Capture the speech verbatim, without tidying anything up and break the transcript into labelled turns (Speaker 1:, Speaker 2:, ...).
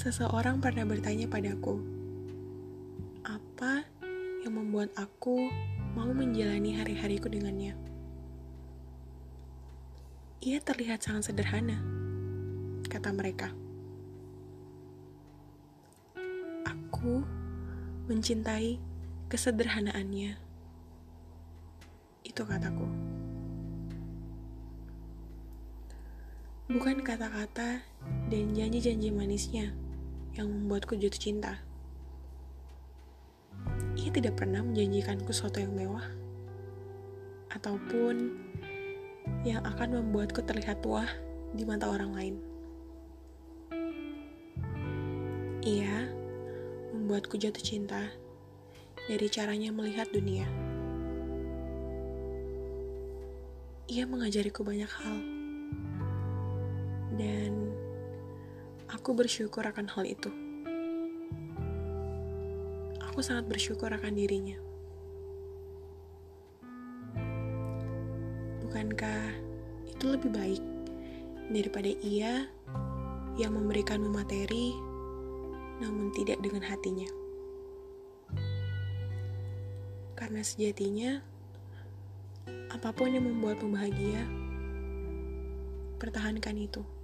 Speaker 1: Seseorang pernah bertanya padaku, apa yang membuat aku mau menjalani hari-hariku dengannya? Ia terlihat sangat sederhana, kata mereka. Aku mencintai kesederhanaannya. Itu kataku. Bukan kata-kata dan janji-janji manisnya yang membuatku jatuh cinta. Ia tidak pernah menjanjikanku sesuatu yang mewah ataupun yang akan membuatku terlihat tua di mata orang lain. Ia membuatku jatuh cinta dari caranya melihat dunia. Ia mengajariku banyak hal, dan aku bersyukur akan hal itu. Aku sangat bersyukur akan dirinya. Bukankah itu lebih baik daripada ia yang memberikanmu materi, namun tidak dengan hatinya? Karena sejatinya, apapun yang membuatmu bahagia, pertahankan itu.